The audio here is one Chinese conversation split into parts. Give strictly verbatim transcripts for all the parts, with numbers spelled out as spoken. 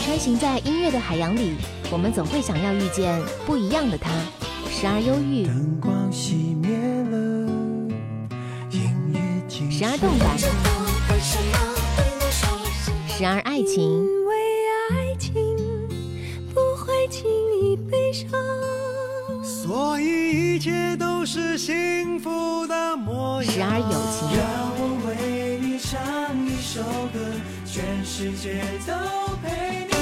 穿行在音乐的海洋里，我们总会想要遇见不一样的他，时而忧郁， 灯光熄灭了，音乐静时而动感，时而爱情， 因为爱情不会轻易悲伤， 所以一切都是幸福的模样。 时而友情， 让我为你唱一首歌，全世界都陪你。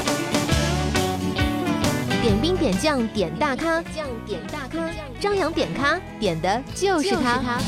点兵点将点大咖，将点大咖，张扬点咖，点的就是他。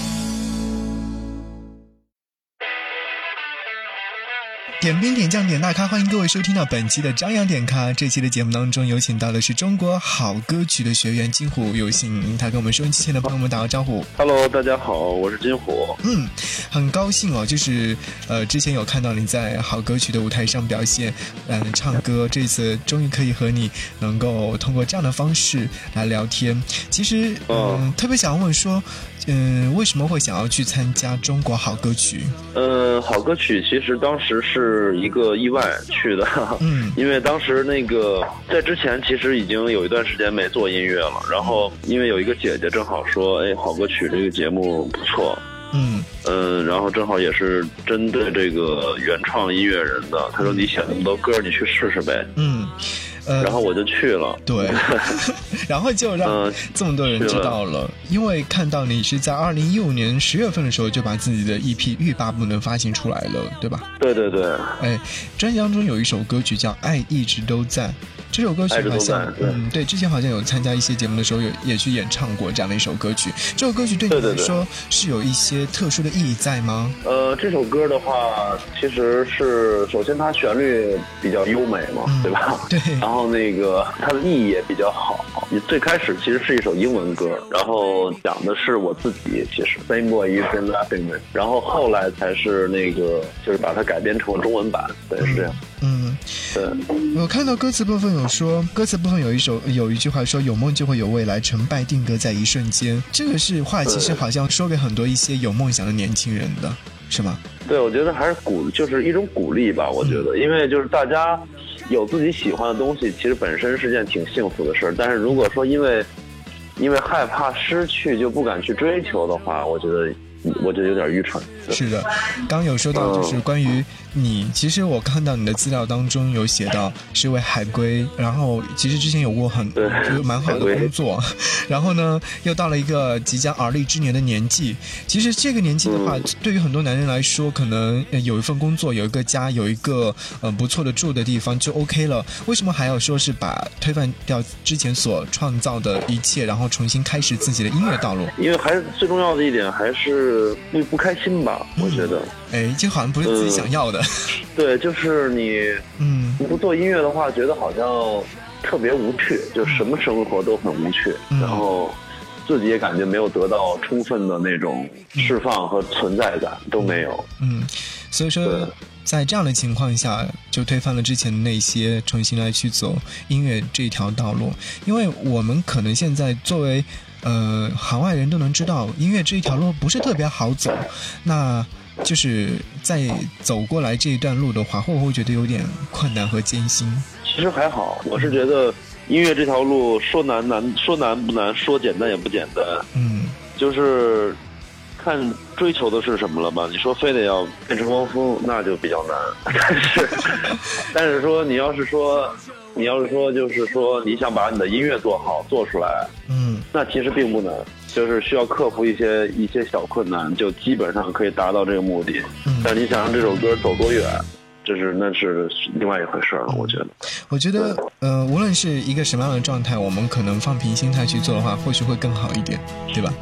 点兵点将点大咖，欢迎各位收听到本期的张扬点咖。这期的节目当中有请到的是中国好歌曲的学员金虎，有请他跟我们收音机前的朋友们打个招呼。 Hello， 大家好，我是金虎。 嗯，很高兴哦，就是呃，之前有看到你在好歌曲的舞台上表现，嗯、呃，唱歌，这次终于可以和你能够通过这样的方式来聊天。其实，嗯、呃哦，特别想问说，嗯、呃，为什么会想要去参加中国好歌曲？ 呃，好歌曲其实当时是一个意外去的，嗯，因为当时那个在之前其实已经有一段时间没做音乐了，然后因为有一个姐姐正好说，哎，好歌曲这个节目不错。嗯嗯，然后正好也是针对这个原创音乐人的，他说你写那么多歌，你去试试呗。嗯。呃、然后我就去了， 对，然后就让这么多人知道了，呃、因为看到你是在二零一五年十月份的时候就把自己的 E P 欲罢不能发行出来了，对吧？ 对对对。 哎，专辑当中有一首歌曲叫《爱一直都在》，这首歌曲好像，嗯，对，之前好像有参加一些节目的时候有也去演唱过这样的一首歌曲。这首歌曲对你来说是有一些特殊的意义在吗？ 呃，这首歌的话，其实是首先它旋律比较优美嘛，嗯、对吧？ 对。 然后那个它的意义也比较好。最开始其实是一首英文歌，然后讲的是我自己，其实 Same boy you've been laughing with， 然后后来才是那个就是把它改编成了中文版，对，是这样。嗯，对。 我看到歌词部分有说，歌词部分有一首有一句话说，有梦就会有未来，成败定格在一瞬间。这个是话，其实好像说给很多一些有梦想的年轻人的，是吗？ 对，我觉得还是鼓，就是一种鼓励吧。我觉得，因为就是大家有自己喜欢的东西，其实本身是件挺幸福的事儿。但是如果说因为因为害怕失去就不敢去追求的话，我觉得我觉得有点愚蠢。 是的，刚有说到就是关于你、嗯、其实我看到你的资料当中有写到是位海归，然后其实之前有过很就蛮好的工作，然后呢又到了一个即将而立之年的年纪。其实这个年纪的话、嗯、对于很多男人来说，可能有一份工作，有一个家，有一个呃不错的住的地方就 OK 了，为什么还要说是把推翻掉之前所创造的一切，然后重新开始自己的音乐道路？ 因为还是最重要的一点还是不不开心吧，我觉得。 哎，这好像不是自己想要的。 嗯、对，就是你，嗯，不做音乐的话，觉得好像特别无趣，就什么生活都很无趣，嗯、然后自己也感觉没有得到充分的那种释放和存在感，嗯、都没有。 嗯，所以说，在这样的情况下，就推翻了之前的那些，重新来去走音乐这一条道路。因为我们可能现在作为呃行外人都能知道，音乐这一条路不是特别好走，那就是在走过来这一段路的话，会不会觉得有点困难和艰辛？ 其实还好，我是觉得音乐这条路说难难，说难不难，说简单也不简单。嗯，就是看追求的是什么了吧。你说非得要变成汪峰，那就比较难。但是，但是说你要是说。你要是说就是说你想把你的音乐做好做出来，嗯，那其实并不难，就是需要克服一些一些小困难，就基本上可以达到这个目的。嗯，但你想让这首歌走多远，这是那是另外一回事了。我觉得， 我觉得，呃，无论是一个什么样的状态，我们可能放平心态去做的话，或许会更好一点，对吧？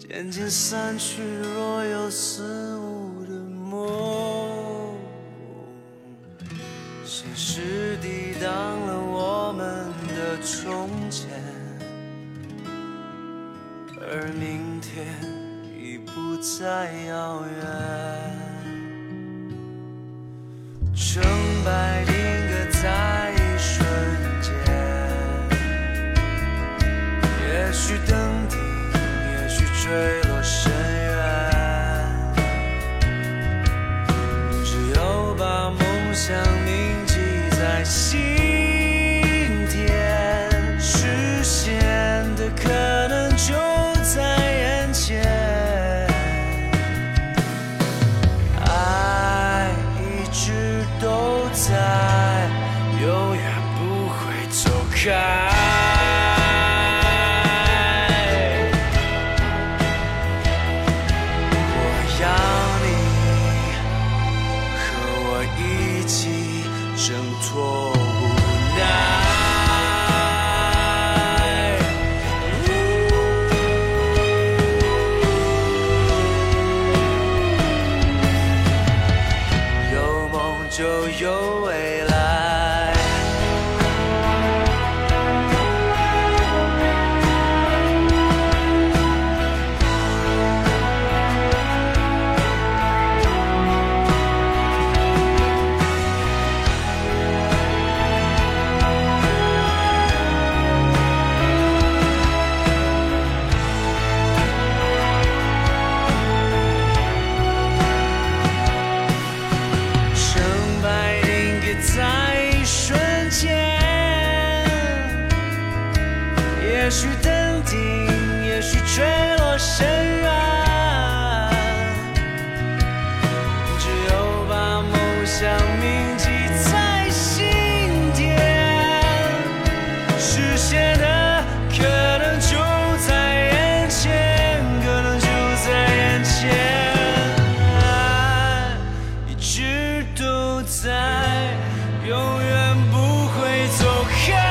渐渐散去若有似无的梦，现实抵挡了我们的从前，而明天已不再遥远。成败定格在一瞬间，也许登顶，也许坠落深渊，只有把梦想铭记在心田，实现的可能就在眼前。爱一直都在，永远不会走开。挣脱无奈，有梦就有未来。在一瞬间，也许登顶，也许坠落深渊，只有把梦想铭记在心田，实现的可能就在眼前，可能就在眼前，爱一直都在，永远不会走开。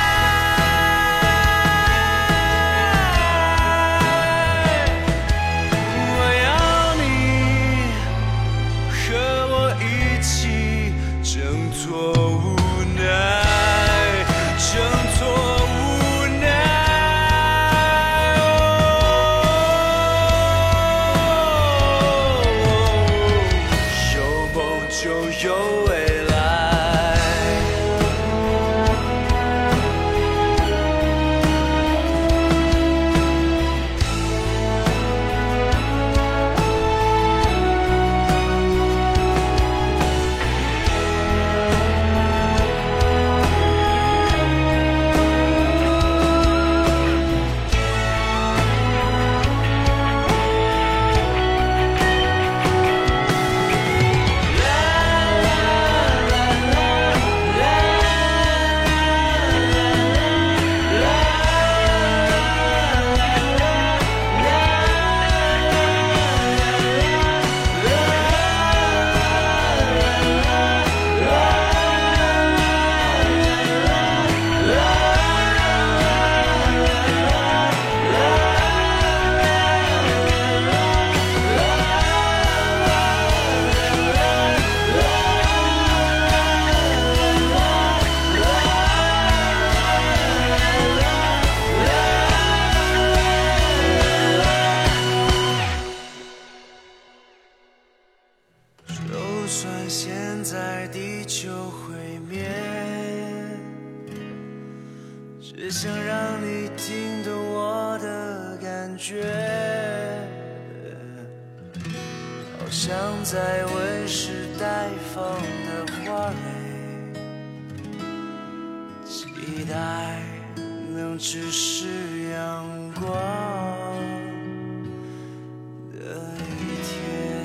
我要你和我一起挣脱无奈，挣脱无奈。有梦就有未来。就算现在地球毁灭，只想让你听懂我的感觉，好像在温室待放的花蕊，期待能直视阳光的一天。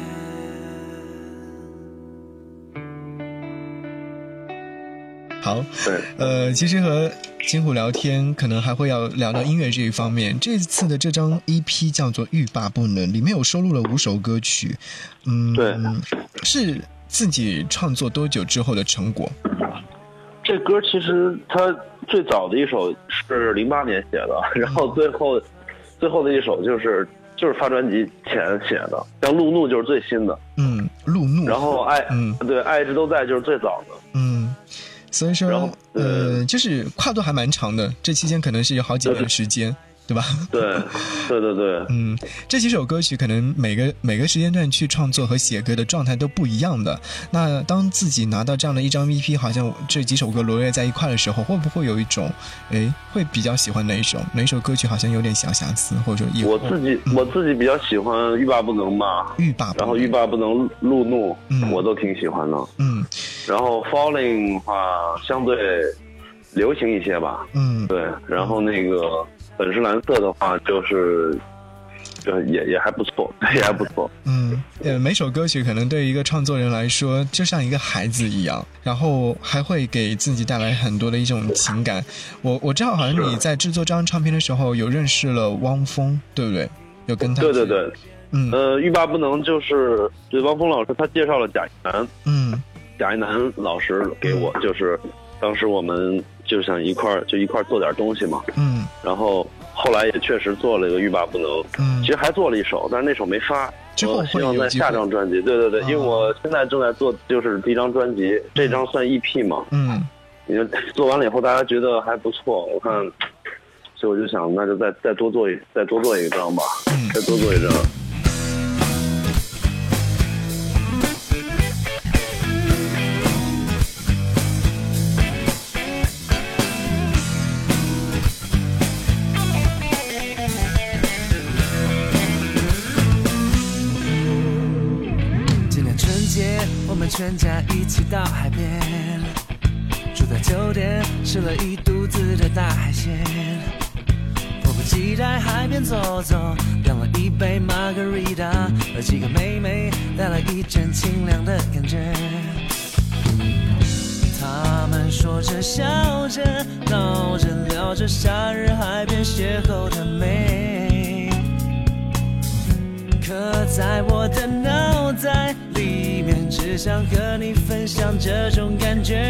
好，呃，其实和金虎聊天，可能还会要聊到音乐这一方面。这次的这张 E P 叫做《欲罢不能》，里面有收录了五首歌曲。嗯， 对， 是自己创作多久之后的成果？ 这歌其实它最早的一首是零八年写的，然后最后最后的一首就是就是发专辑前写的，像路怒就是最新的， 嗯，路怒， 然后爱， 嗯， 对，爱一直都在就是最早的， 嗯，所以说，呃，就是跨度还蛮长的，这期间可能是有好几年时间。对吧？ 对，对对对， 嗯，这几首歌曲可能每个每个时间段去创作和写歌的状态都不一样的。那当自己拿到这样的一张 E P， 好像这几首歌罗列在一块的时候，会不会有一种，哎，会比较喜欢哪一首？哪一首歌曲好像有点小瑕疵，或者说我自己、嗯、我自己比较喜欢欲罢不能吧， 欲罢不能， 然后欲罢不能、路怒、 嗯， 我都挺喜欢的， 嗯， 然后 Falling 的话相对流行一些吧， 嗯， 对，然后那个。本是蓝色的话，就是就也也还不错，也还不错。 嗯，呃，每首歌曲可能对于一个创作人来说，就像一个孩子一样，然后还会给自己带来很多的一种情感。我我知道，好像你在制作这张唱片的时候，有认识了汪峰，对不对？有跟他。 对对对， 嗯， 呃，欲罢不能就是对汪峰老师，他介绍了贾一楠， 嗯， 贾一楠老师给我，嗯、就是当时我们。就想一块就一块做点东西嘛， 嗯， 然后后来也确实做了一个欲罢不能， 嗯， 其实还做了一首，但是那首没发， 之后希望在下张专辑，对对对，因为我现在正在做就是第一张专辑，嗯、这张算 E P 嘛， 嗯， 你做完了以后大家觉得还不错，我看，所以我就想那就再再多做一再多做一张吧， 嗯， 再多做一张。 我们全家一起到海边，住在酒店，吃了一肚子的大海鲜，迫不及待海边走走，点了一杯玛格丽达，和几个妹妹带来一阵清凉的感觉。他们说着笑着闹着聊着夏日海边邂逅的美，刻在我的脑袋里面，只想和你分享这种感觉。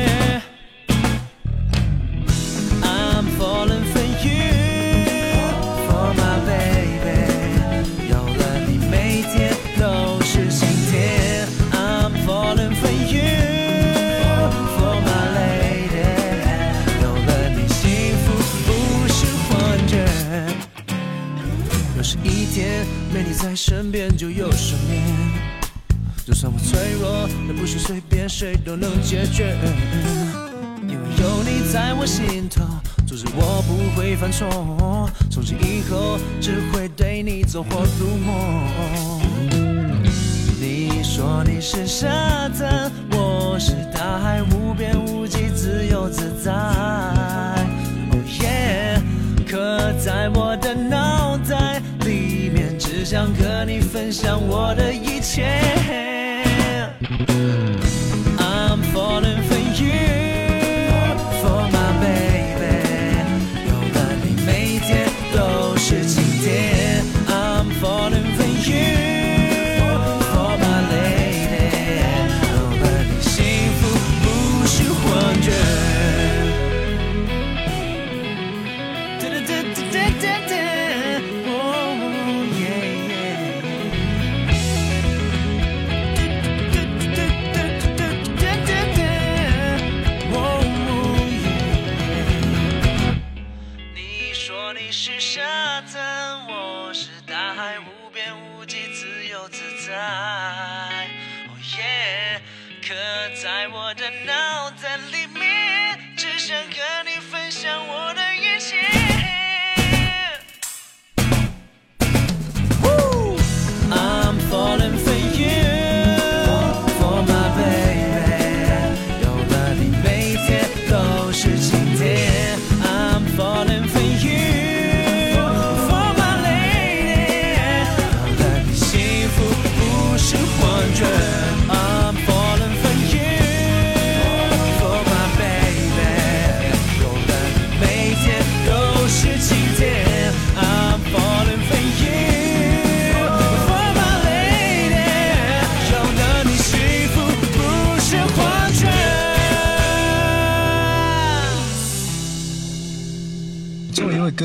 I'm falling for you, for my baby， 有了你每天都是晴天。 I'm falling for you, for my lady， 有了你幸福不是幻觉。有时一天没你在身边就有失眠，就算我脆弱，那不是随便谁都能解决。因为有你在我心头，阻止我不会犯错。从今以后，只会对你走火入魔。你说你是沙滩，我是大海，无边无际，自由自在。Oh yeah， 刻在我的脑袋里面，只想和你分享我的一切。I'm falling for you, for my baby， 有了你每天都是晴天。I'm falling for you, for my lady， 有了你幸福不是幻觉。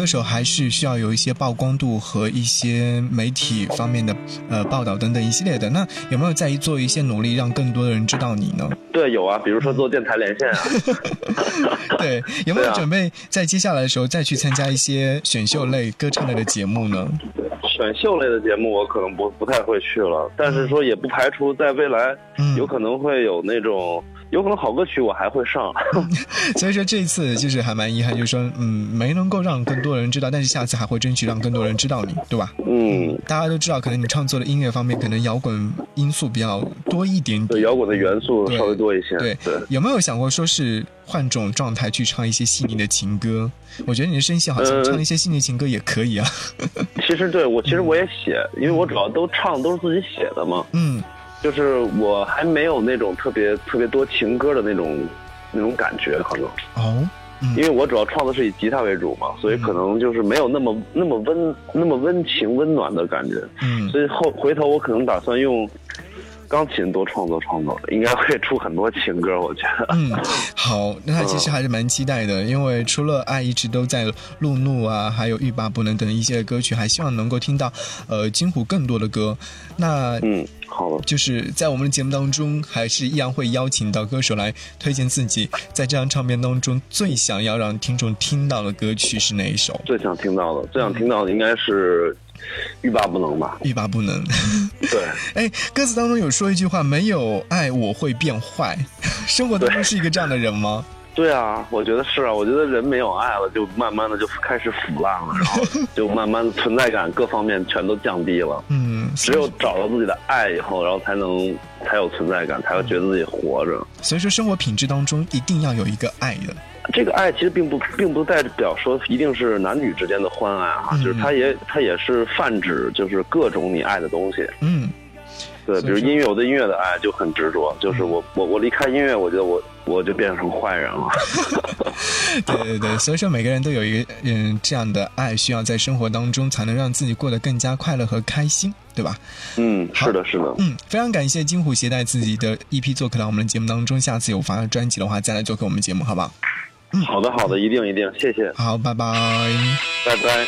歌手还是需要有一些曝光度和一些媒体方面的呃报道等等一系列的。那有没有在做一些努力，让更多的人知道你呢？ 对，有啊，比如说做电台连线啊。 对，有没有准备在接下来的时候再去参加一些选秀类、歌唱类的节目呢？ 选秀类的节目我可能不不太会去了，但是说也不排除在未来有可能会有那种。有可能好歌曲我还会上。 所以说这一次就是还蛮遗憾，就是说嗯没能够让更多人知道，但是下次还会争取让更多人知道你，对吧？ 嗯， 大家都知道可能你创作的音乐方面可能摇滚因素比较多一点点， 对，摇滚的元素稍微多一些。 对 对, 对，有没有想过说是换种状态去唱一些细腻的情歌？我觉得你的声线好像唱一些细腻情歌也可以啊。 呃、其实对我其实我也写，因为我主要都唱都是自己写的嘛。嗯。就是我还没有那种特别特别多情歌的那种那种感觉，可能哦， 嗯、因为我主要创作是以吉他为主嘛，所以可能就是没有那么那么温那么温情温暖的感觉。嗯，所以后回头我可能打算用钢琴多创作创作，应该会出很多情歌，我觉得。 嗯，好，那他其实还是蛮期待的，嗯、因为除了爱一直都在路怒啊，还有欲罢不能等一些歌曲，还希望能够听到呃金虎更多的歌。那嗯。好的， 就是在我们的节目当中还是一样会邀请到歌手来推荐自己在这张唱片当中最想要让听众听到的歌曲是哪一首？ 最想听到的最想听到的应该是欲罢不能吧。 欲罢不能。 对， 哎，歌词当中有说一句话，没有爱我会变坏。生活当中是一个这样的人吗？ 对啊，我觉得是啊，我觉得人没有爱了，就慢慢的就开始腐烂了，然后就慢慢的存在感各方面全都降低了。嗯，只有找到自己的爱以后，然后才能才有存在感，才会觉得自己活着。 所以说，生活品质当中一定要有一个爱的。 这个爱其实并不并不代表说一定是男女之间的欢爱啊，嗯、就是它也它也是泛指就是各种你爱的东西。嗯。对，比如音乐，我对音乐的爱就很执着，就是我我我离开音乐，我觉得我我就变成坏人了。 对对对，所以说每个人都有一个嗯这样的爱，需要在生活当中才能让自己过得更加快乐和开心，对吧？ 嗯，是的，是的。 嗯，非常感谢金虎携带自己的 E P 做客到我们的节目当中，下次有发专辑的话再来做客我们节目，好不好？ 嗯，好的好的，一定一定，谢谢。 好，拜拜， 拜拜。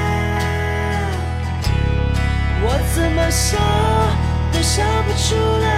笑都笑不出来。